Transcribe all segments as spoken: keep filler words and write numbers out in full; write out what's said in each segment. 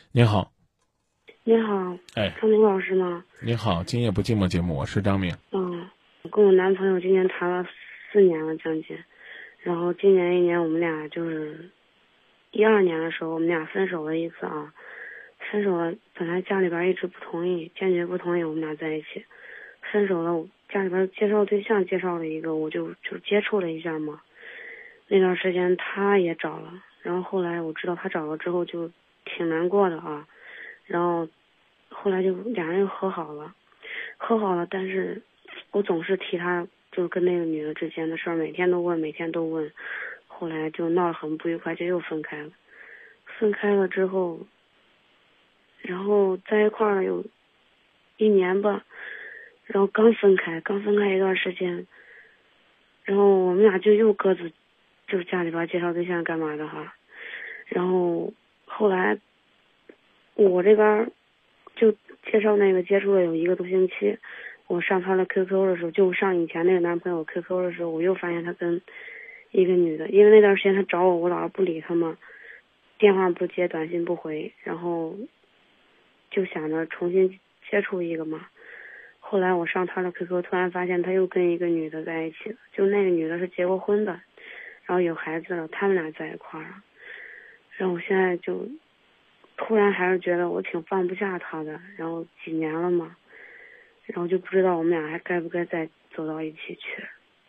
您好。 你好， 哎， 张明老师吗？ 您好，今夜不寂寞节目，我是张明。 嗯，我跟我男朋友今年谈了四年了将近，然后今年一年我们俩就是一二年的时候我们俩分手了一次啊，分手了，本来家里边一直不同意，坚决不同意我们俩在一起，分手了，家里边介绍对象介绍了一个，我就就接触了一下嘛，那段时间他也找了，然后后来我知道他找了之后就挺难过的啊，然后后来就俩人又和好了，和好了，但是我总是提他，就是跟那个女的之间的事儿，每天都问，每天都问，后来就闹得很不愉快，就又分开了。分开了之后，然后在一块儿了有一年吧，然后刚分开，刚分开一段时间，然后我们俩就又各自就是家里边介绍对象干嘛的哈，然后后来我这边就介绍那个接触了有一个多星期，我上他的 Q Q 的时候，就上以前那个男朋友 Q Q 的时候，我又发现他跟一个女的，因为那段时间他找我，我老是不理他嘛，电话不接，短信不回，然后就想着重新接触一个嘛。后来我上他的 Q Q， 突然发现他又跟一个女的在一起了，就那个女的是结过婚的，然后有孩子了，他们俩在一块儿了。然后我现在就突然还是觉得我挺放不下他的，然后几年了嘛，然后就不知道我们俩还该不该再走到一起去。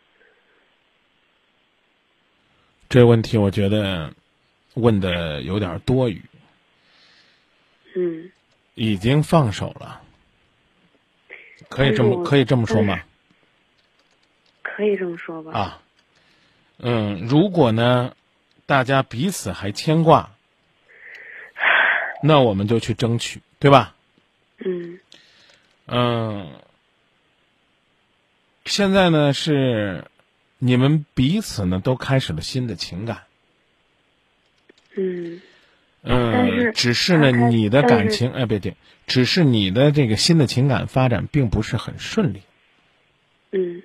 这个问题我觉得问的有点多余。 嗯， 已经放手了，可以这么可以这么说吗？ 可以这么说吧。 啊，嗯，如果呢，大家彼此还牵挂，那我们就去争取，对吧？ 嗯嗯，现在呢是你们彼此呢都开始了新的情感。 嗯。 嗯， 但是只是呢，你的感情，哎，别别，只是你的这个新的情感发展并不是很顺利。 嗯。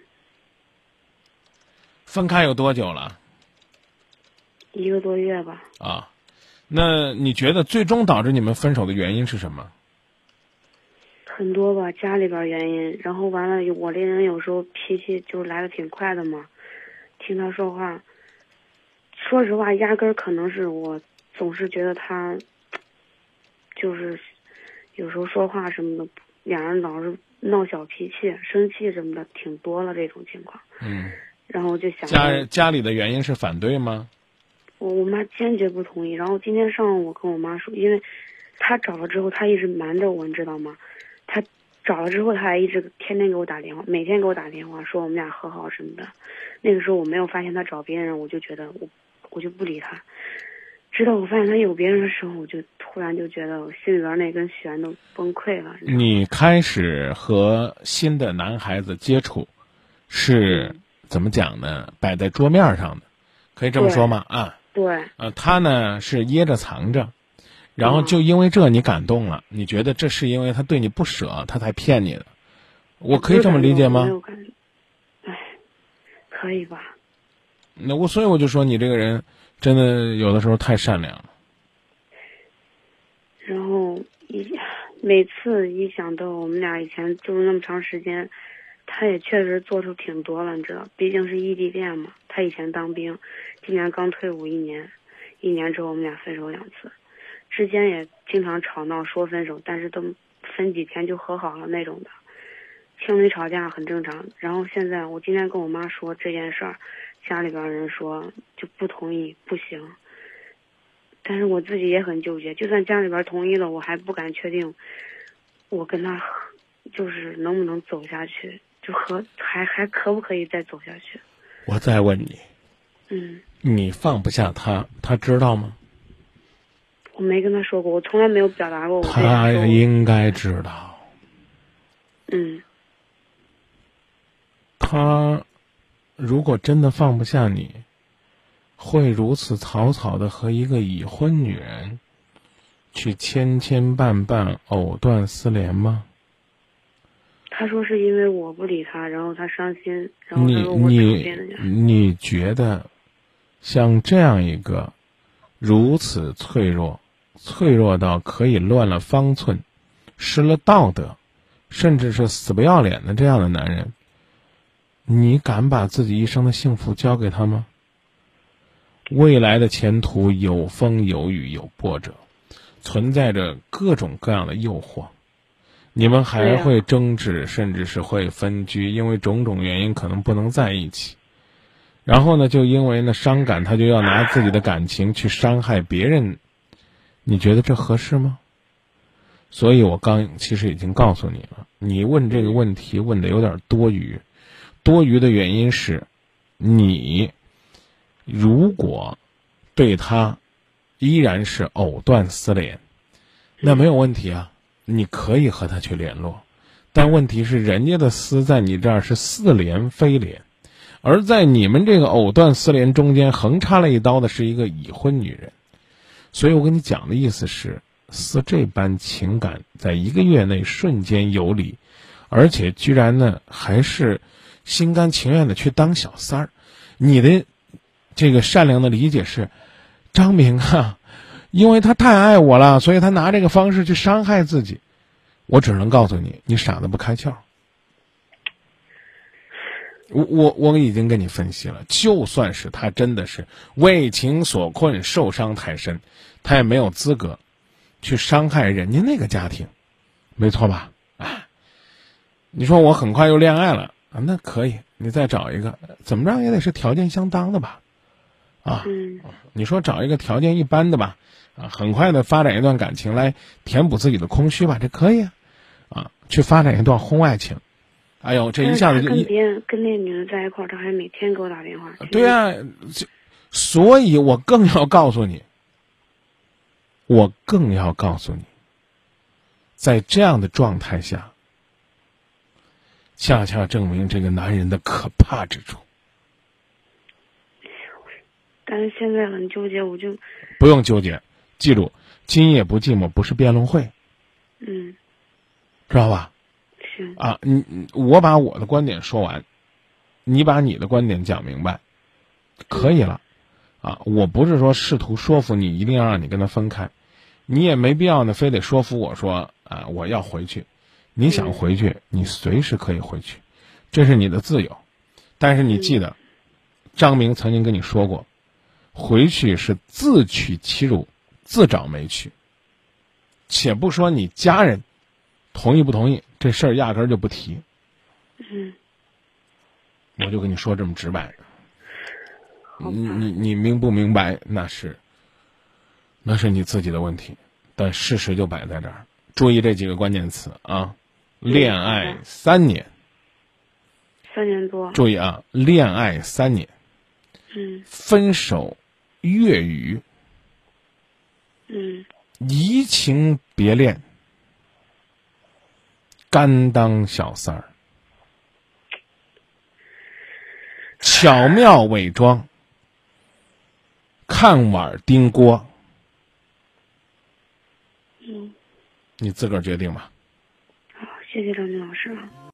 分开有多久了？ 一个多月吧。 啊，那你觉得最终导致你们分手的原因是什么？ 很多吧，家里边原因，然后完了，我这人有时候脾气就来的挺快的嘛，听他说话，说实话，压根儿可能是我总是觉得他，就是有时候说话什么的，两人老是闹小脾气、生气什么的，挺多了这种情况。 嗯。 然后我就想家家里的原因是反对吗？ 我我妈坚决不同意。然后今天上午我跟我妈说，因为他找了之后，他一直瞒着我，你知道吗？他找了之后，他还一直天天给我打电话，每天给我打电话说我们俩和好什么的。那个时候我没有发现他找别人，我就觉得我我就不理他。直到我发现他有别人的时候，我就突然就觉得我心里边那根弦都崩溃了。 你, 你开始和新的男孩子接触，是、嗯、怎么讲呢？摆在桌面上的，可以这么说吗？啊， 对。 呃，他呢是掖着藏着。然后就因为这你感动了，你觉得这是因为他对你不舍，他才骗你的，我可以这么理解吗？ 没有感觉，哎，可以吧？ 那我所以我就说你这个人真的有的时候太善良了。 然后一每次一想到我们俩以前就是那么长时间，他也确实做出挺多了，你知道，毕竟是异地恋嘛。他以前当兵，今年刚退伍一年，一年之后我们俩分手两次。之间也经常吵闹说分手，但是都分几天就和好了那种的，情侣吵架很正常。然后现在我今天跟我妈说这件事儿，家里边人说就不同意，不行。但是我自己也很纠结，就算家里边同意了，我还不敢确定我跟他就是能不能走下去，就和还还可不可以再走下去。 我再问你， 嗯， 你放不下他，他知道吗？ 我没跟他说过，我从来没有表达过我。 他应该知道。 嗯。 他如果真的放不下你，会如此草草的和一个已婚女人去牵牵绊绊、藕断丝连吗？ 他说是因为我不理他，然后他伤心，然后你他说我讨厌人家。 你你觉得像这样一个如此脆弱、 脆弱到可以乱了方寸，失了道德，甚至是死不要脸的这样的男人，你敢把自己一生的幸福交给他吗？未来的前途有风有雨有波折，存在着各种各样的诱惑，你们还会争执，甚至是会分居，因为种种原因可能不能在一起。然后呢，就因为呢伤感，他就要拿自己的感情去伤害别人，你觉得这合适吗？所以我刚其实已经告诉你了，你问这个问题问的有点多余。多余的原因是，你如果对他依然是藕断丝连，那没有问题啊，你可以和他去联络。但问题是，人家的丝在你这儿是似连非连，而在你们这个藕断丝连中间横插了一刀的是一个已婚女人。所以我跟你讲的意思是，似这般情感在一个月内瞬间游离，而且居然呢还是心甘情愿的去当小三儿。你的这个善良的理解是，张明啊，因为他太爱我了，所以他拿这个方式去伤害自己。我只能告诉你，你傻得不开窍。我我我已经跟你分析了，就算是他真的是为情所困，受伤太深，他也没有资格去伤害人家那个家庭，没错吧？啊，你说我很快又恋爱了啊，那可以，你再找一个，怎么着也得是条件相当的吧？啊， 嗯， 你说找一个条件一般的吧，啊，很快的发展一段感情来填补自己的空虚吧，这可以啊，啊，去发展一段婚外情。哎呦，这一下子就跟别人跟那女的在一块儿，他还每天给我打电话。 对啊，就所以我更要告诉你，我更要告诉你，在这样的状态下，恰恰证明这个男人的可怕之处。 但是现在很纠结，我就不用纠结，记住，今夜不寂寞不是辩论会， 嗯， 知道吧？ 行啊，你我把我的观点说完，你把你的观点讲明白，可以了。啊，我不是说试图说服你一定要让你跟他分开，你也没必要呢非得说服我说啊我要回去。你想回去，你随时可以回去，这是你的自由。但是你记得，张明曾经跟你说过，回去是自取其辱，自找没趣。且不说你家人同意不同意，这事儿压根儿就不提。 嗯， 我就跟你说这么直白。你你你明不明白？那是，那是你自己的问题，但事实就摆在这儿。注意这几个关键词啊！恋爱三年， 三年多。 注意啊，恋爱三年， 嗯分手月余， 嗯移情别恋，甘当小三儿，巧妙伪装，看碗盯锅， 嗯， 你自个儿决定吧。 好，谢谢张军老师。